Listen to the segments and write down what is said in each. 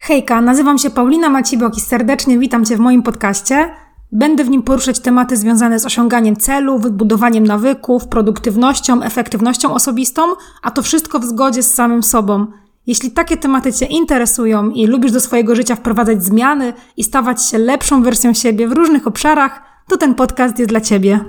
Hejka, nazywam się Paulina Macibok i serdecznie witam Cię w moim podcaście. Będę w nim poruszać tematy związane z osiąganiem celów, budowaniem nawyków, produktywnością, efektywnością osobistą, a to wszystko w zgodzie z samym sobą. Jeśli takie tematy Cię interesują i lubisz do swojego życia wprowadzać zmiany i stawać się lepszą wersją siebie w różnych obszarach, to ten podcast jest dla Ciebie.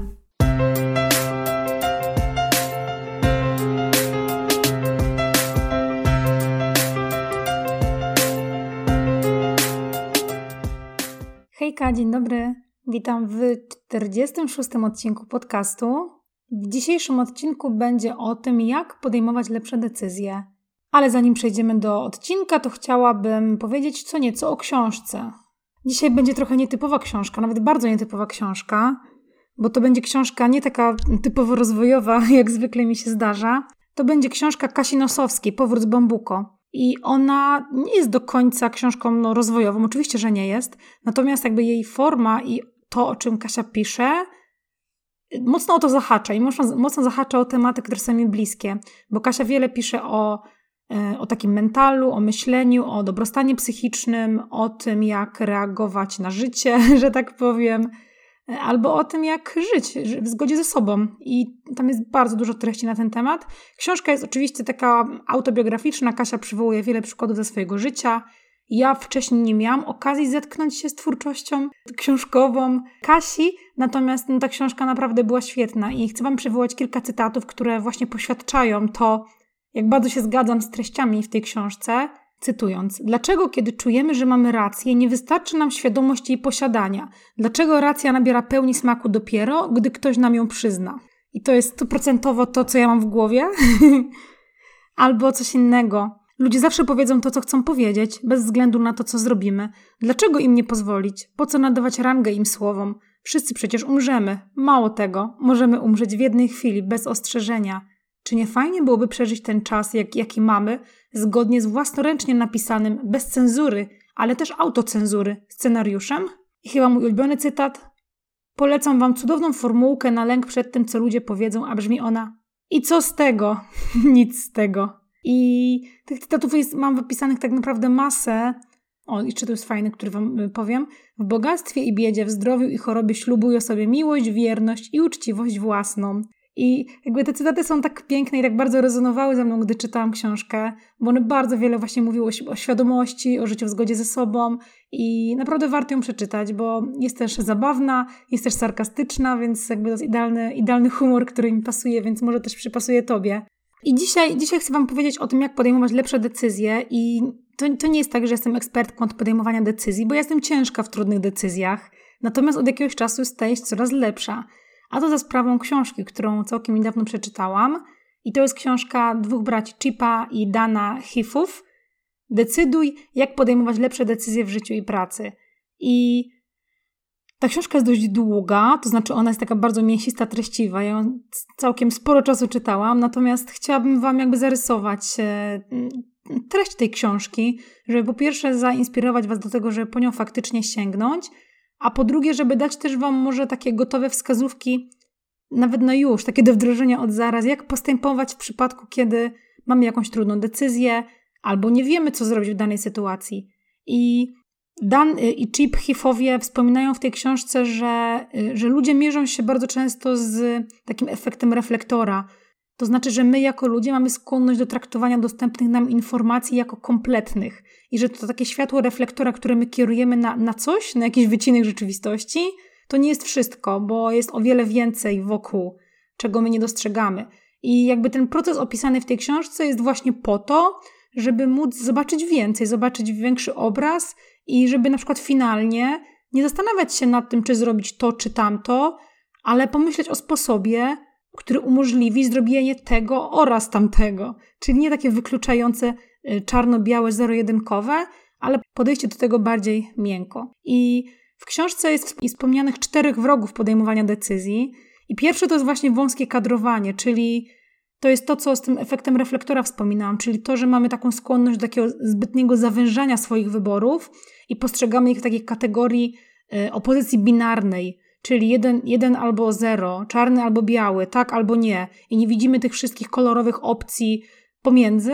Hejka, dzień dobry. Witam w 46. odcinku podcastu. W dzisiejszym odcinku będzie o tym, jak podejmować lepsze decyzje. Ale zanim przejdziemy do odcinka, to chciałabym powiedzieć co nieco o książce. Dzisiaj będzie trochę nietypowa książka, nawet bardzo nietypowa książka, bo to będzie książka nie taka typowo rozwojowa, jak zwykle mi się zdarza. To będzie książka Kasi Nosowskiej, Powrót z Bambuko. I ona nie jest do końca książką rozwojową, oczywiście, że nie jest, natomiast jakby jej forma i to, o czym Kasia pisze, mocno o to zahacza i mocno zahacza o tematy, które są mi bliskie, bo Kasia wiele pisze o takim mentalu, o myśleniu, o dobrostanie psychicznym, o tym, jak reagować na życie, że tak powiem, albo o tym, jak żyć w zgodzie ze sobą. I tam jest bardzo dużo treści na ten temat. Książka jest oczywiście taka autobiograficzna. Kasia przywołuje wiele przykładów ze swojego życia. Ja wcześniej nie miałam okazji zetknąć się z twórczością książkową Kasi, natomiast ta książka naprawdę była świetna i chcę Wam przywołać kilka cytatów, które właśnie poświadczają to, jak bardzo się zgadzam z treściami w tej książce. Cytując, dlaczego kiedy czujemy, że mamy rację, nie wystarczy nam świadomość jej posiadania? Dlaczego racja nabiera pełni smaku dopiero, gdy ktoś nam ją przyzna? I to jest 100% to, co ja mam w głowie. Albo coś innego. Ludzie zawsze powiedzą to, co chcą powiedzieć, bez względu na to, co zrobimy. Dlaczego im nie pozwolić? Po co nadawać rangę im słowom? Wszyscy przecież umrzemy. Mało tego, możemy umrzeć w jednej chwili, bez ostrzeżenia. Czy nie fajnie byłoby przeżyć ten czas, jaki mamy, zgodnie z własnoręcznie napisanym, bez cenzury, ale też autocenzury, scenariuszem? I chyba mój ulubiony cytat. Polecam Wam cudowną formułkę na lęk przed tym, co ludzie powiedzą, a brzmi ona: i co z tego? Nic z tego. I tych cytatów mam wypisanych tak naprawdę masę. O, jeszcze to jest fajny, który Wam powiem. W bogactwie i biedzie, w zdrowiu i chorobie ślubuj o sobie miłość, wierność i uczciwość własną. I jakby te cytaty są tak piękne i tak bardzo rezonowały ze mną, gdy czytałam książkę, bo one bardzo wiele właśnie mówiły o świadomości, o życiu w zgodzie ze sobą i naprawdę warto ją przeczytać, bo jest też zabawna, jest też sarkastyczna, więc jakby to jest idealny humor, który mi pasuje, więc może też przypasuje Tobie. I dzisiaj chcę Wam powiedzieć o tym, jak podejmować lepsze decyzje i to nie jest tak, że jestem ekspertką od podejmowania decyzji, bo ja jestem ciężka w trudnych decyzjach, natomiast od jakiegoś czasu staję się coraz lepsza. A to za sprawą książki, którą całkiem niedawno przeczytałam. I to jest książka dwóch braci Chipa i Dana Heathów. Decyduj, jak podejmować lepsze decyzje w życiu i pracy. I ta książka jest dość długa, to znaczy ona jest taka bardzo mięsista, treściwa. Ja ją całkiem sporo czasu czytałam, natomiast chciałabym Wam jakby zarysować treść tej książki, żeby po pierwsze zainspirować Was do tego, żeby po nią faktycznie sięgnąć, a po drugie, żeby dać też Wam może takie gotowe wskazówki, nawet na już, takie do wdrożenia od zaraz, jak postępować w przypadku, kiedy mamy jakąś trudną decyzję albo nie wiemy, co zrobić w danej sytuacji. I Dan i Chip Heathowie wspominają w tej książce, że ludzie mierzą się bardzo często z takim efektem reflektora. To znaczy, że my jako ludzie mamy skłonność do traktowania dostępnych nam informacji jako kompletnych i że to takie światło reflektora, które my kierujemy na coś, na jakiś wycinek rzeczywistości, to nie jest wszystko, bo jest o wiele więcej wokół, czego my nie dostrzegamy. I jakby ten proces opisany w tej książce jest właśnie po to, żeby móc zobaczyć więcej, zobaczyć większy obraz i żeby na przykład finalnie nie zastanawiać się nad tym, czy zrobić to, czy tamto, ale pomyśleć o sposobie, który umożliwi zrobienie tego oraz tamtego. Czyli nie takie wykluczające czarno-białe, zero-jedynkowe, ale podejście do tego bardziej miękko. I w książce jest wspomnianych 4 wrogów podejmowania decyzji. I pierwszy to jest właśnie wąskie kadrowanie, czyli to jest to, co z tym efektem reflektora wspominałam, czyli to, że mamy taką skłonność do takiego zbytniego zawężania swoich wyborów i postrzegamy ich w takiej kategorii opozycji binarnej, czyli jeden albo zero, czarny albo biały, tak albo nie. I nie widzimy tych wszystkich kolorowych opcji pomiędzy.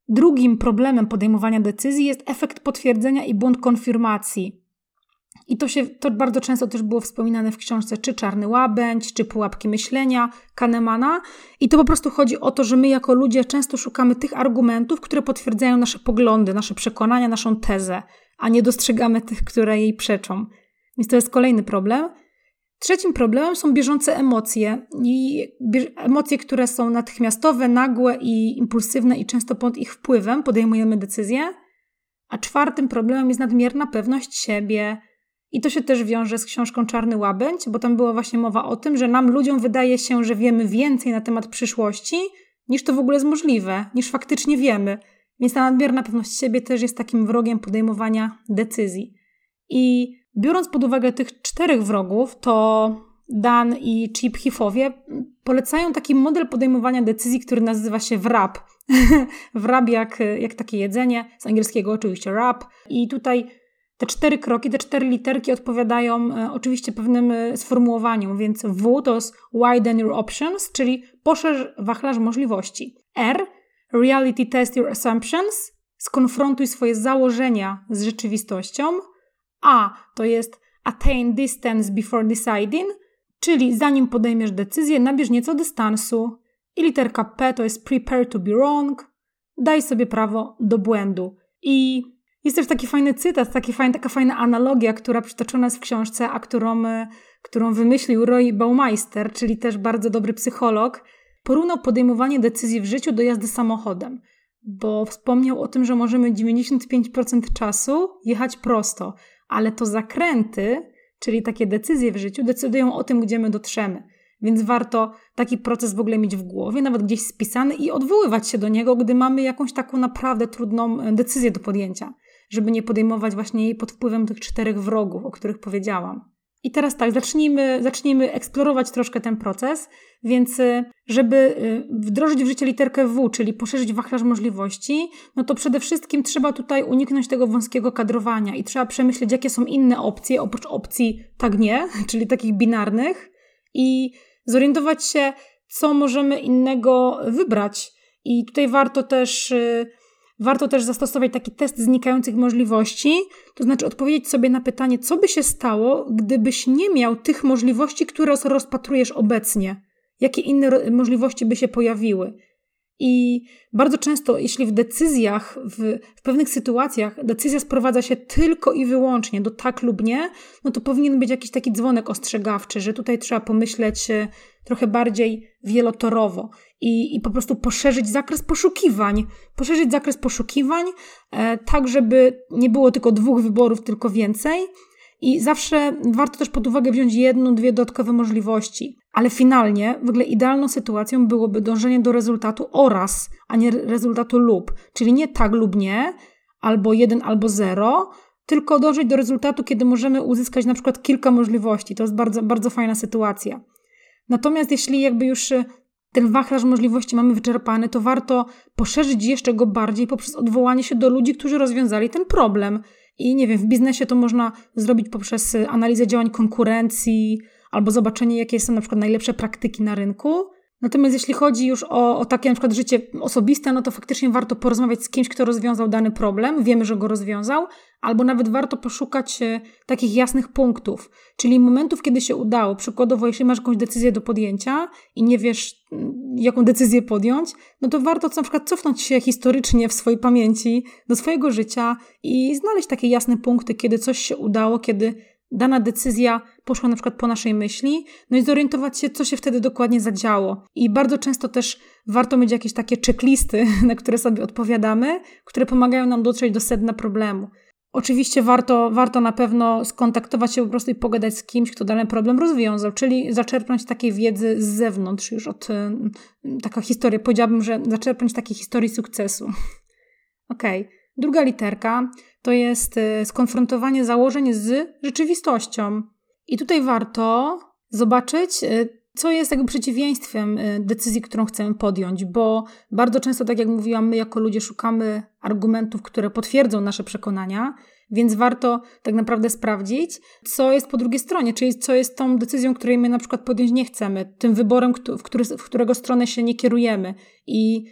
Drugim problemem podejmowania decyzji jest efekt potwierdzenia i błąd konfirmacji. I to bardzo często też było wspominane w książce czy Czarny Łabędź, czy Pułapki myślenia Kahnemana. I to po prostu chodzi o to, że my jako ludzie często szukamy tych argumentów, które potwierdzają nasze poglądy, nasze przekonania, naszą tezę, a nie dostrzegamy tych, które jej przeczą. Więc to jest kolejny problem. Trzecim problemem są bieżące emocje. I emocje, które są natychmiastowe, nagłe i impulsywne i często pod ich wpływem podejmujemy decyzje. A czwartym problemem jest nadmierna pewność siebie. I to się też wiąże z książką Czarny Łabędź, bo tam była właśnie mowa o tym, że nam ludziom wydaje się, że wiemy więcej na temat przyszłości, niż to w ogóle jest możliwe, niż faktycznie wiemy. Więc ta nadmierna pewność siebie też jest takim wrogiem podejmowania decyzji. I biorąc pod uwagę tych 4 wrogów, to Dan i Chip Heath'owie polecają taki model podejmowania decyzji, który nazywa się wrap. Wrap jak takie jedzenie, z angielskiego oczywiście wrap. I tutaj te 4 kroki, te 4 literki odpowiadają oczywiście pewnym sformułowaniom, więc W to jest widen your options, czyli poszerz wachlarz możliwości. R, reality test your assumptions, skonfrontuj swoje założenia z rzeczywistością. A to jest attain distance before deciding, czyli zanim podejmiesz decyzję, nabierz nieco dystansu. I literka P to jest prepare to be wrong, daj sobie prawo do błędu. I jest też taki fajny cytat, taka fajna analogia, która przytoczona jest w książce, a którą wymyślił Roy Baumeister, czyli też bardzo dobry psycholog. Porównał podejmowanie decyzji w życiu do jazdy samochodem, bo wspomniał o tym, że możemy 95% czasu jechać prosto, ale to zakręty, czyli takie decyzje w życiu, decydują o tym, gdzie my dotrzemy. Więc warto taki proces w ogóle mieć w głowie, nawet gdzieś spisany i odwoływać się do niego, gdy mamy jakąś taką naprawdę trudną decyzję do podjęcia, żeby nie podejmować właśnie jej pod wpływem tych 4 wrogów, o których powiedziałam. I teraz tak, zacznijmy eksplorować troszkę ten proces, więc żeby wdrożyć w życie literkę W, czyli poszerzyć wachlarz możliwości, no to przede wszystkim trzeba tutaj uniknąć tego wąskiego kadrowania i trzeba przemyśleć, jakie są inne opcje, oprócz opcji tak nie, czyli takich binarnych, i zorientować się, co możemy innego wybrać. I tutaj warto też zastosować taki test znikających możliwości, to znaczy odpowiedzieć sobie na pytanie, co by się stało, gdybyś nie miał tych możliwości, które rozpatrujesz obecnie. Jakie inne możliwości by się pojawiły. I bardzo często, jeśli w decyzjach, w pewnych sytuacjach decyzja sprowadza się tylko i wyłącznie do tak lub nie, no to powinien być jakiś taki dzwonek ostrzegawczy, że tutaj trzeba pomyśleć trochę bardziej wielotorowo i po prostu poszerzyć zakres poszukiwań, tak żeby nie było tylko 2 wyborów, tylko więcej. I zawsze warto też pod uwagę wziąć 1, 2 dodatkowe możliwości. Ale finalnie w ogóle idealną sytuacją byłoby dążenie do rezultatu oraz, a nie rezultatu lub. Czyli nie tak lub nie, albo 1, albo 0, tylko dążyć do rezultatu, kiedy możemy uzyskać na przykład kilka możliwości. To jest bardzo, bardzo fajna sytuacja. Natomiast jeśli jakby już ten wachlarz możliwości mamy wyczerpany, to warto poszerzyć jeszcze go bardziej poprzez odwołanie się do ludzi, którzy rozwiązali ten problem. I nie wiem, w biznesie to można zrobić poprzez analizę działań konkurencji albo zobaczenie, jakie są na przykład najlepsze praktyki na rynku. Natomiast jeśli chodzi już o takie na przykład życie osobiste, no to faktycznie warto porozmawiać z kimś, kto rozwiązał dany problem, wiemy, że go rozwiązał, albo nawet warto poszukać takich jasnych punktów, czyli momentów, kiedy się udało. Przykładowo, jeśli masz jakąś decyzję do podjęcia i nie wiesz, jaką decyzję podjąć, no to warto na przykład cofnąć się historycznie w swojej pamięci do swojego życia i znaleźć takie jasne punkty, kiedy coś się udało, kiedy dana decyzja poszła na przykład po naszej myśli, no i zorientować się, co się wtedy dokładnie zadziało. I bardzo często też warto mieć jakieś takie checklisty, na które sobie odpowiadamy, które pomagają nam dotrzeć do sedna problemu. Oczywiście warto na pewno skontaktować się po prostu i pogadać z kimś, kto dany problem rozwiązał, czyli zaczerpnąć takiej wiedzy z zewnątrz, już taka historia, powiedziałabym, że zaczerpnąć takiej historii sukcesu. Okej. Druga literka to jest skonfrontowanie założeń z rzeczywistością. I tutaj warto zobaczyć, co jest jakby przeciwieństwem decyzji, którą chcemy podjąć, bo bardzo często, tak jak mówiłam, my jako ludzie szukamy argumentów, które potwierdzą nasze przekonania, więc warto tak naprawdę sprawdzić, co jest po drugiej stronie, czyli co jest tą decyzją, której my na przykład podjąć nie chcemy, tym wyborem, w którego stronę się nie kierujemy. I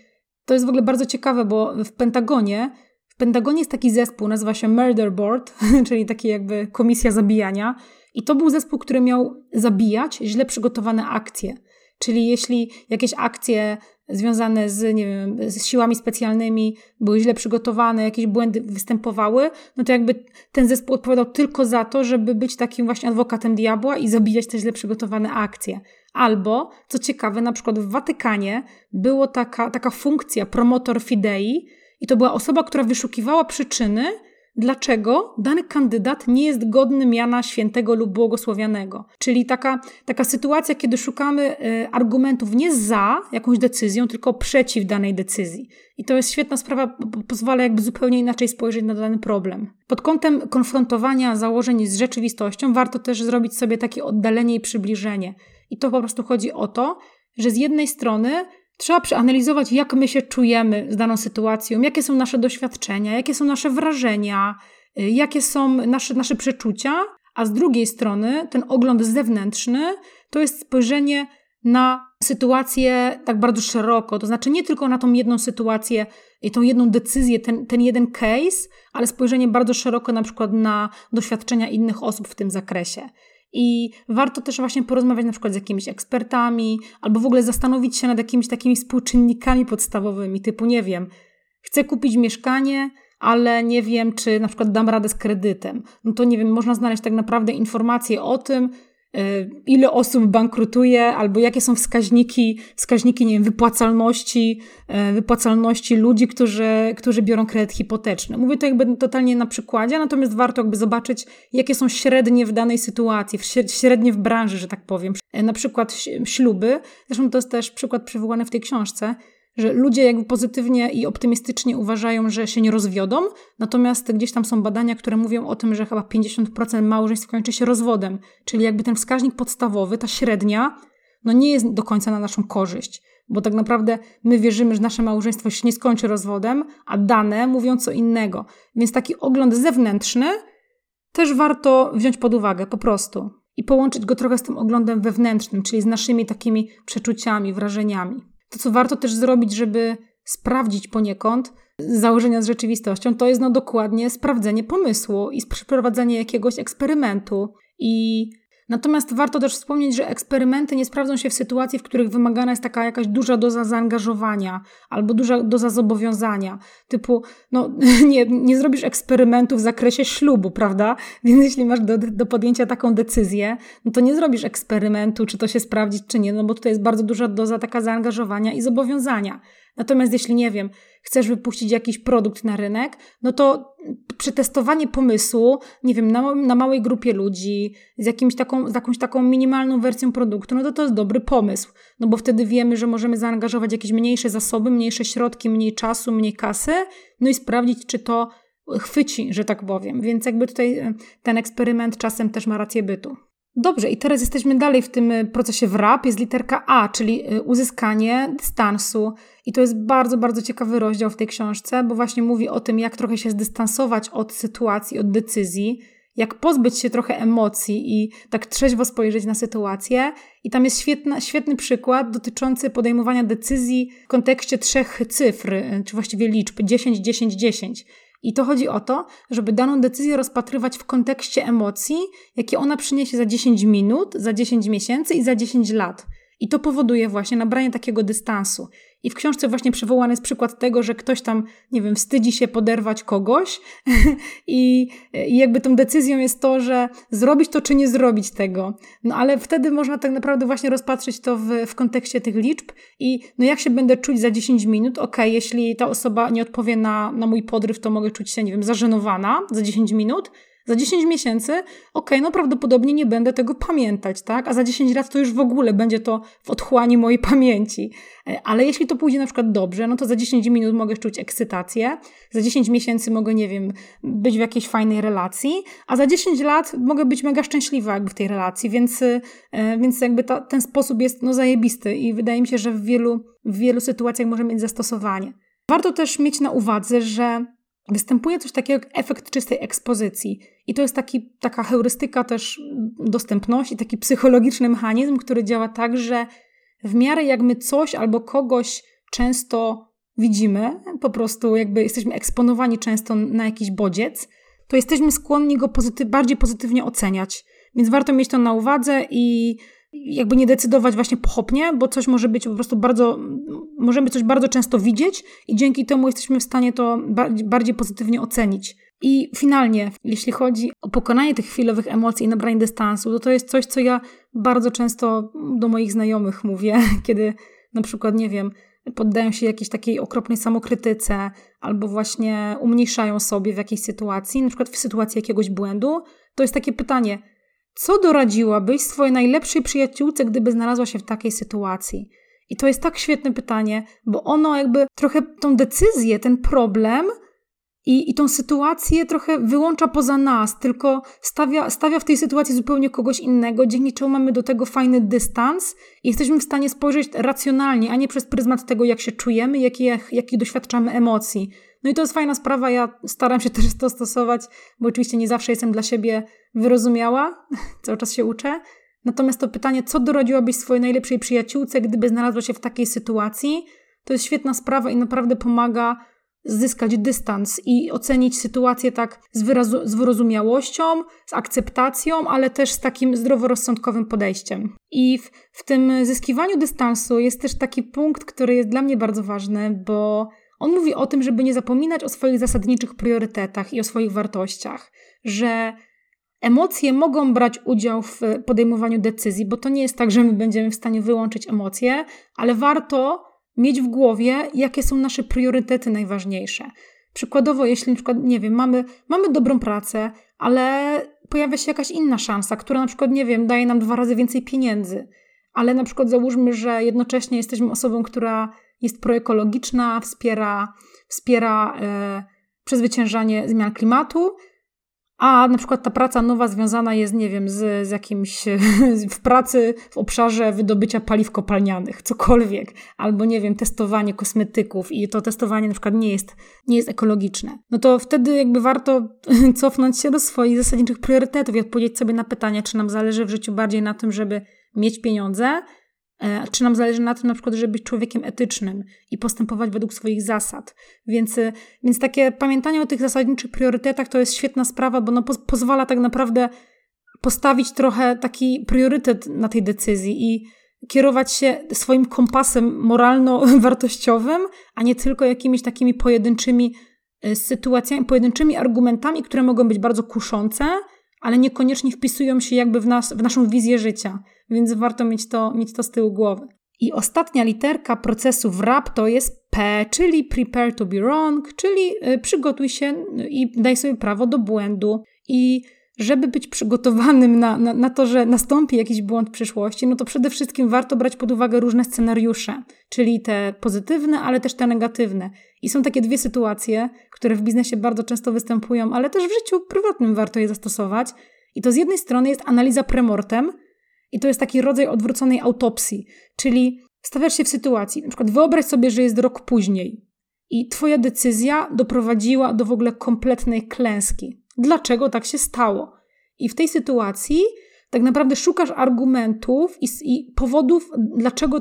To jest w ogóle bardzo ciekawe, bo w Pentagonie jest taki zespół, nazywa się Murder Board, czyli taki jakby komisja zabijania. I to był zespół, który miał zabijać źle przygotowane akcje. Czyli jeśli jakieś akcje związane z, nie wiem, z siłami specjalnymi były źle przygotowane, jakieś błędy występowały, no to jakby ten zespół odpowiadał tylko za to, żeby być takim właśnie adwokatem diabła i zabijać te źle przygotowane akcje. Albo, co ciekawe, na przykład w Watykanie była taka funkcja promotor fidei i to była osoba, która wyszukiwała przyczyny, dlaczego dany kandydat nie jest godny miana świętego lub błogosławionego. Czyli taka sytuacja, kiedy szukamy argumentów nie za jakąś decyzją, tylko przeciw danej decyzji. I to jest świetna sprawa, pozwala jakby zupełnie inaczej spojrzeć na dany problem. Pod kątem konfrontowania założeń z rzeczywistością warto też zrobić sobie takie oddalenie i przybliżenie. I to po prostu chodzi o to, że z jednej strony trzeba przeanalizować, jak my się czujemy z daną sytuacją, jakie są nasze doświadczenia, jakie są nasze wrażenia, jakie są nasze przeczucia, a z drugiej strony ten ogląd zewnętrzny to jest spojrzenie na sytuację tak bardzo szeroko, to znaczy nie tylko na tą jedną sytuację i tą jedną decyzję, ten jeden case, ale spojrzenie bardzo szeroko na przykład na doświadczenia innych osób w tym zakresie. I warto też właśnie porozmawiać na przykład z jakimiś ekspertami albo w ogóle zastanowić się nad jakimiś takimi współczynnikami podstawowymi, typu nie wiem, chcę kupić mieszkanie, ale nie wiem, czy na przykład dam radę z kredytem. No to nie wiem, można znaleźć tak naprawdę informacje o tym, ile osób bankrutuje, albo jakie są wskaźniki, nie wiem, wypłacalności ludzi, którzy biorą kredyt hipoteczny. Mówię to jakby totalnie na przykładzie, natomiast warto jakby zobaczyć, jakie są średnie w danej sytuacji, średnie w branży, że tak powiem. Na przykład śluby, zresztą to jest też przykład przywołany w tej książce, że ludzie jakby pozytywnie i optymistycznie uważają, że się nie rozwiodą, natomiast gdzieś tam są badania, które mówią o tym, że chyba 50% małżeństw kończy się rozwodem, czyli jakby ten wskaźnik podstawowy, ta średnia, no nie jest do końca na naszą korzyść, bo tak naprawdę my wierzymy, że nasze małżeństwo się nie skończy rozwodem, a dane mówią co innego. Więc taki ogląd zewnętrzny też warto wziąć pod uwagę po prostu i połączyć go trochę z tym oglądem wewnętrznym, czyli z naszymi takimi przeczuciami, wrażeniami. To, co warto też zrobić, żeby sprawdzić poniekąd założenia z rzeczywistością, to jest dokładnie sprawdzenie pomysłu i przeprowadzenie jakiegoś eksperymentu. Natomiast warto też wspomnieć, że eksperymenty nie sprawdzą się w sytuacji, w których wymagana jest taka jakaś duża doza zaangażowania albo duża doza zobowiązania. Typu, nie zrobisz eksperymentu w zakresie ślubu, prawda? Więc jeśli masz do podjęcia taką decyzję, no to nie zrobisz eksperymentu, czy to się sprawdzić, czy nie, no bo tutaj jest bardzo duża doza taka zaangażowania i zobowiązania. Natomiast jeśli, nie wiem, chcesz wypuścić jakiś produkt na rynek, no to przetestowanie pomysłu, nie wiem, na małej grupie ludzi, z jakąś taką minimalną wersją produktu, no to jest dobry pomysł. No bo wtedy wiemy, że możemy zaangażować jakieś mniejsze zasoby, mniejsze środki, mniej czasu, mniej kasy, no i sprawdzić, czy to chwyci, że tak powiem. Więc jakby tutaj ten eksperyment czasem też ma rację bytu. Dobrze, i teraz jesteśmy dalej w tym procesie WRAP, jest literka A, czyli uzyskanie dystansu. I to jest bardzo, bardzo ciekawy rozdział w tej książce, bo właśnie mówi o tym, jak trochę się zdystansować od sytuacji, od decyzji, jak pozbyć się trochę emocji i tak trzeźwo spojrzeć na sytuację. I tam jest świetny przykład dotyczący podejmowania decyzji w kontekście 3 cyfr, czy właściwie liczb 10, 10, 10. I to chodzi o to, żeby daną decyzję rozpatrywać w kontekście emocji, jakie ona przyniesie za 10 minut, za 10 miesięcy i za 10 lat. I to powoduje właśnie nabranie takiego dystansu. I w książce właśnie przywołany jest przykład tego, że ktoś tam, nie wiem, wstydzi się poderwać kogoś i jakby tą decyzją jest to, że zrobić to czy nie zrobić tego. No ale wtedy można tak naprawdę właśnie rozpatrzeć to w kontekście tych liczb i no jak się będę czuć za 10 minut? Okej, jeśli ta osoba nie odpowie na mój podryw, to mogę czuć się, nie wiem, zażenowana za 10 minut. Za 10 miesięcy, no prawdopodobnie nie będę tego pamiętać, tak? A za 10 lat to już w ogóle będzie to w otchłani mojej pamięci. Ale jeśli to pójdzie na przykład dobrze, no to za 10 minut mogę czuć ekscytację, za 10 miesięcy mogę, nie wiem, być w jakiejś fajnej relacji, a za 10 lat mogę być mega szczęśliwa jakby w tej relacji, więc jakby ten sposób jest zajebisty i wydaje mi się, że w wielu sytuacjach może mieć zastosowanie. Warto też mieć na uwadze, że występuje coś takiego jak efekt czystej ekspozycji i to jest taka heurystyka też dostępności, taki psychologiczny mechanizm, który działa tak, że w miarę jak my coś albo kogoś często widzimy, po prostu jakby jesteśmy eksponowani często na jakiś bodziec, to jesteśmy skłonni go bardziej pozytywnie oceniać. Więc warto mieć to na uwadze i jakby nie decydować właśnie pochopnie, bo coś może być po prostu możemy coś bardzo często widzieć i dzięki temu jesteśmy w stanie to bardziej pozytywnie ocenić. I finalnie, jeśli chodzi o pokonanie tych chwilowych emocji i nabranie dystansu, to jest coś, co ja bardzo często do moich znajomych mówię, kiedy na przykład, nie wiem, poddają się jakiejś takiej okropnej samokrytyce albo właśnie umniejszają sobie w jakiejś sytuacji, na przykład w sytuacji jakiegoś błędu, to jest takie pytanie, co doradziłabyś swojej najlepszej przyjaciółce, gdyby znalazła się w takiej sytuacji? I to jest tak świetne pytanie, bo ono jakby trochę tą decyzję, ten problem i tą sytuację trochę wyłącza poza nas, tylko stawia w tej sytuacji zupełnie kogoś innego, dzięki czemu mamy do tego fajny dystans i jesteśmy w stanie spojrzeć racjonalnie, a nie przez pryzmat tego, jak się czujemy, jakich doświadczamy emocji. No i to jest fajna sprawa, ja staram się też to stosować, bo oczywiście nie zawsze jestem dla siebie wyrozumiała, cały czas się uczę. Natomiast to pytanie, co doradziłabyś swojej najlepszej przyjaciółce, gdyby znalazła się w takiej sytuacji, to jest świetna sprawa i naprawdę pomaga zyskać dystans i ocenić sytuację tak z wyrozumiałością, z akceptacją, ale też z takim zdroworozsądkowym podejściem. I w tym zyskiwaniu dystansu jest też taki punkt, który jest dla mnie bardzo ważny, bo on mówi o tym, żeby nie zapominać o swoich zasadniczych priorytetach i o swoich wartościach, że emocje mogą brać udział w podejmowaniu decyzji, bo to nie jest tak, że my będziemy w stanie wyłączyć emocje, ale warto mieć w głowie, jakie są nasze priorytety najważniejsze. Przykładowo, jeśli na przykład, nie wiem, mamy dobrą pracę, ale pojawia się jakaś inna szansa, która na przykład, nie wiem, daje nam 2 razy więcej pieniędzy, ale na przykład załóżmy, że jednocześnie jesteśmy osobą, która jest proekologiczna, wspiera przezwyciężanie zmian klimatu, a na przykład ta praca nowa związana jest, nie wiem, z jakimś w pracy w obszarze wydobycia paliw kopalnianych, cokolwiek, albo nie wiem, testowanie kosmetyków i to testowanie na przykład nie jest ekologiczne. No to wtedy jakby warto cofnąć się do swoich zasadniczych priorytetów i odpowiedzieć sobie na pytanie, czy nam zależy w życiu bardziej na tym, żeby mieć pieniądze, czy nam zależy na tym na przykład, żeby być człowiekiem etycznym i postępować według swoich zasad. Więc takie pamiętanie o tych zasadniczych priorytetach to jest świetna sprawa, bo pozwala tak naprawdę postawić trochę taki priorytet na tej decyzji i kierować się swoim kompasem moralno-wartościowym, a nie tylko jakimiś takimi pojedynczymi sytuacjami, pojedynczymi argumentami, które mogą być bardzo kuszące, ale niekoniecznie wpisują się jakby w naszą wizję życia. Więc warto mieć to z tyłu głowy. I ostatnia literka procesu WRAP to jest P, czyli prepare to be wrong, czyli przygotuj się i daj sobie prawo do błędu. I żeby być przygotowanym na to, że nastąpi jakiś błąd w przyszłości, no to przede wszystkim warto brać pod uwagę różne scenariusze, czyli te pozytywne, ale też te negatywne. I są takie 2 sytuacje, które w biznesie bardzo często występują, ale też w życiu prywatnym warto je zastosować. I to z jednej strony jest analiza premortem i to jest taki rodzaj odwróconej autopsji, czyli stawiasz się w sytuacji, na przykład wyobraź sobie, że jest rok później i twoja decyzja doprowadziła do w ogóle kompletnej klęski. Dlaczego tak się stało? I w tej sytuacji tak naprawdę szukasz argumentów i powodów, dlaczego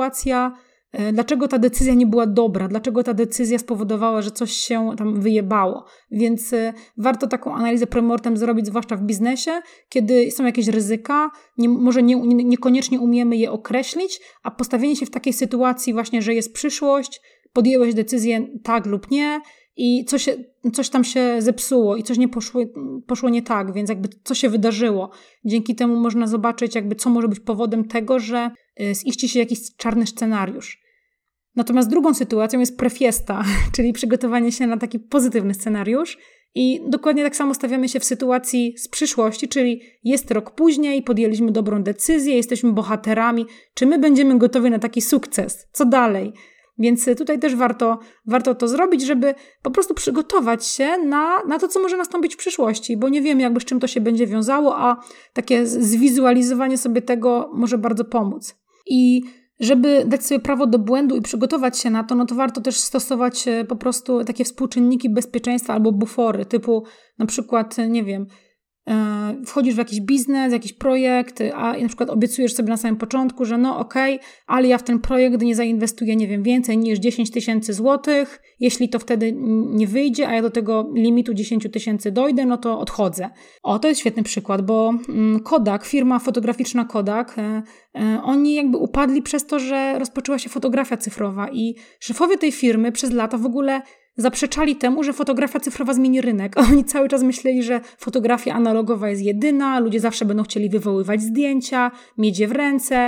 ta decyzja nie była dobra, dlaczego ta decyzja spowodowała, że coś się tam wyjebało. Więc warto taką analizę premortem zrobić, zwłaszcza w biznesie, kiedy są jakieś ryzyka, może niekoniecznie umiemy je określić, a postawienie się w takiej sytuacji właśnie, że jest przyszłość, podjęłeś decyzję tak lub nie, i coś tam się zepsuło i coś nie poszło nie tak, więc jakby co się wydarzyło. Dzięki temu można zobaczyć jakby co może być powodem tego, że ziści się jakiś czarny scenariusz. Natomiast drugą sytuacją jest prefiesta, czyli przygotowanie się na taki pozytywny scenariusz i dokładnie tak samo stawiamy się w sytuacji z przyszłości, czyli jest rok później, podjęliśmy dobrą decyzję, jesteśmy bohaterami, czy my będziemy gotowi na taki sukces? Co dalej? Więc tutaj też warto to zrobić, żeby po prostu przygotować się na to, co może nastąpić w przyszłości, bo nie wiemy jakby z czym to się będzie wiązało, a takie zwizualizowanie sobie tego może bardzo pomóc. I żeby dać sobie prawo do błędu i przygotować się na to, no to warto też stosować po prostu takie współczynniki bezpieczeństwa albo bufory, typu na przykład, nie wiem, wchodzisz w jakiś biznes, jakiś projekt, a na przykład obiecujesz sobie na samym początku, że no okej, ale ja w ten projekt nie zainwestuję, nie wiem, więcej niż 10 000 złotych, jeśli to wtedy nie wyjdzie, a ja do tego limitu 10 000 dojdę, no to odchodzę. To jest świetny przykład, bo Kodak, firma fotograficzna Kodak, oni jakby upadli przez to, że rozpoczęła się fotografia cyfrowa i szefowie tej firmy przez lata w ogóle zaprzeczali temu, że fotografia cyfrowa zmieni rynek. Oni cały czas myśleli, że fotografia analogowa jest jedyna, ludzie zawsze będą chcieli wywoływać zdjęcia, mieć je w ręce,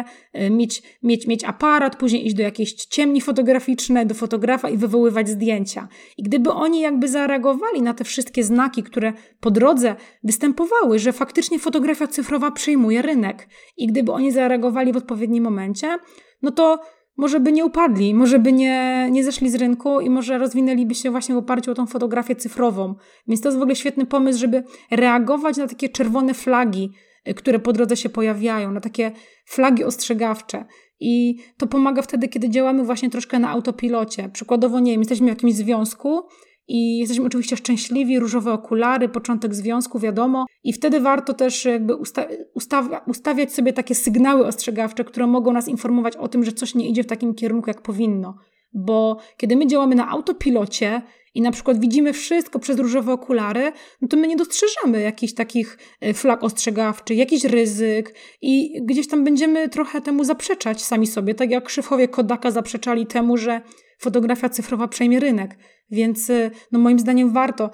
mieć aparat, później iść do jakiejś ciemni fotograficznej, do fotografa i wywoływać zdjęcia. I gdyby oni jakby zareagowali na te wszystkie znaki, które po drodze występowały, że faktycznie fotografia cyfrowa przejmuje rynek i gdyby oni zareagowali w odpowiednim momencie, no to może by nie upadli, może by nie zeszli z rynku i może rozwinęliby się właśnie w oparciu o tą fotografię cyfrową. Więc to jest w ogóle świetny pomysł, żeby reagować na takie czerwone flagi, które po drodze się pojawiają, na takie flagi ostrzegawcze. I to pomaga wtedy, kiedy działamy właśnie troszkę na autopilocie. Przykładowo, nie wiem, jesteśmy w jakimś związku i jesteśmy oczywiście szczęśliwi, różowe okulary, początek związku, wiadomo. I wtedy warto też jakby ustawiać sobie takie sygnały ostrzegawcze, które mogą nas informować o tym, że coś nie idzie w takim kierunku, jak powinno. Bo kiedy my działamy na autopilocie i na przykład widzimy wszystko przez różowe okulary, no to my nie dostrzeżemy jakichś takich flag ostrzegawczych, jakiś ryzyk i gdzieś tam będziemy trochę temu zaprzeczać sami sobie, tak jak szefowie Kodaka zaprzeczali temu, że fotografia cyfrowa przejmie rynek. Więc no moim zdaniem warto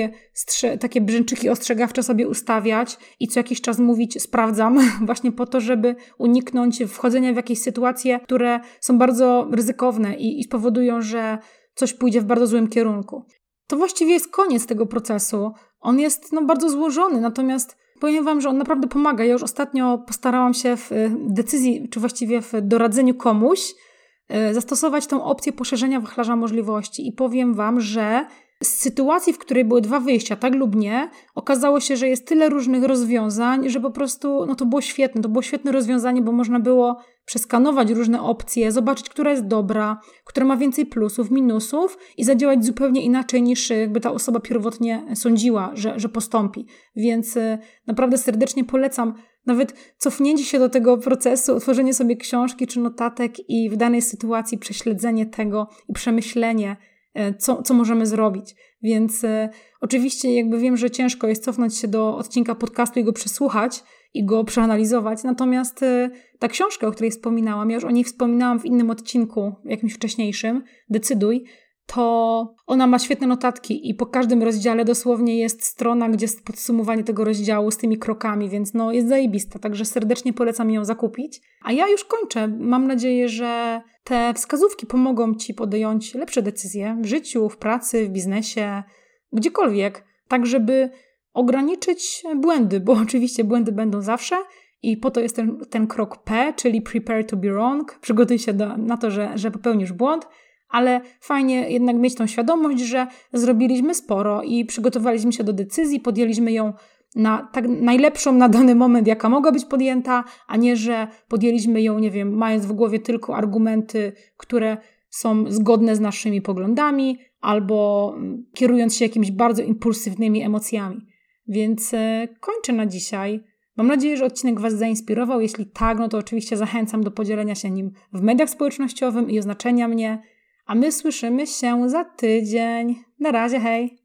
takie brzęczyki ostrzegawcze sobie ustawiać i co jakiś czas mówić sprawdzam właśnie po to, żeby uniknąć wchodzenia w jakieś sytuacje, które są bardzo ryzykowne i spowodują, że coś pójdzie w bardzo złym kierunku. To właściwie jest koniec tego procesu. On jest bardzo złożony, natomiast powiem Wam, że on naprawdę pomaga. Ja już ostatnio postarałam się w decyzji, czy właściwie w doradzeniu komuś zastosować tą opcję poszerzenia wachlarza możliwości i powiem Wam, że z sytuacji, w której były 2 wyjścia, tak lub nie, okazało się, że jest tyle różnych rozwiązań, że po prostu to było świetne. To było świetne rozwiązanie, bo można było przeskanować różne opcje, zobaczyć, która jest dobra, która ma więcej plusów, minusów i zadziałać zupełnie inaczej niż jakby ta osoba pierwotnie sądziła, że postąpi. Więc naprawdę serdecznie polecam nawet cofnięcie się do tego procesu, otworzenie sobie książki czy notatek i w danej sytuacji prześledzenie tego i przemyślenie, co możemy zrobić. Więc oczywiście jakby wiem, że ciężko jest cofnąć się do odcinka podcastu i go przesłuchać i go przeanalizować, natomiast ta książka, o której wspominałam, ja już o niej wspominałam w innym odcinku, jakimś wcześniejszym, Decyduj, to ona ma świetne notatki i po każdym rozdziale dosłownie jest strona, gdzie jest podsumowanie tego rozdziału z tymi krokami, więc jest zajebista, także serdecznie polecam ją zakupić. A ja już kończę. Mam nadzieję, że te wskazówki pomogą Ci podjąć lepsze decyzje w życiu, w pracy, w biznesie, gdziekolwiek, tak żeby ograniczyć błędy, bo oczywiście błędy będą zawsze i po to jest ten krok P, czyli prepare to be wrong, przygotuj się na to, że popełnisz błąd, ale fajnie jednak mieć tą świadomość, że zrobiliśmy sporo i przygotowaliśmy się do decyzji, podjęliśmy ją tak najlepszą na dany moment, jaka mogła być podjęta, a nie, że podjęliśmy ją, nie wiem, mając w głowie tylko argumenty, które są zgodne z naszymi poglądami albo kierując się jakimiś bardzo impulsywnymi emocjami. Więc kończę na dzisiaj. Mam nadzieję, że odcinek Was zainspirował. Jeśli tak, no to oczywiście zachęcam do podzielenia się nim w mediach społecznościowych i oznaczenia mnie. A my słyszymy się za tydzień. Na razie, hej!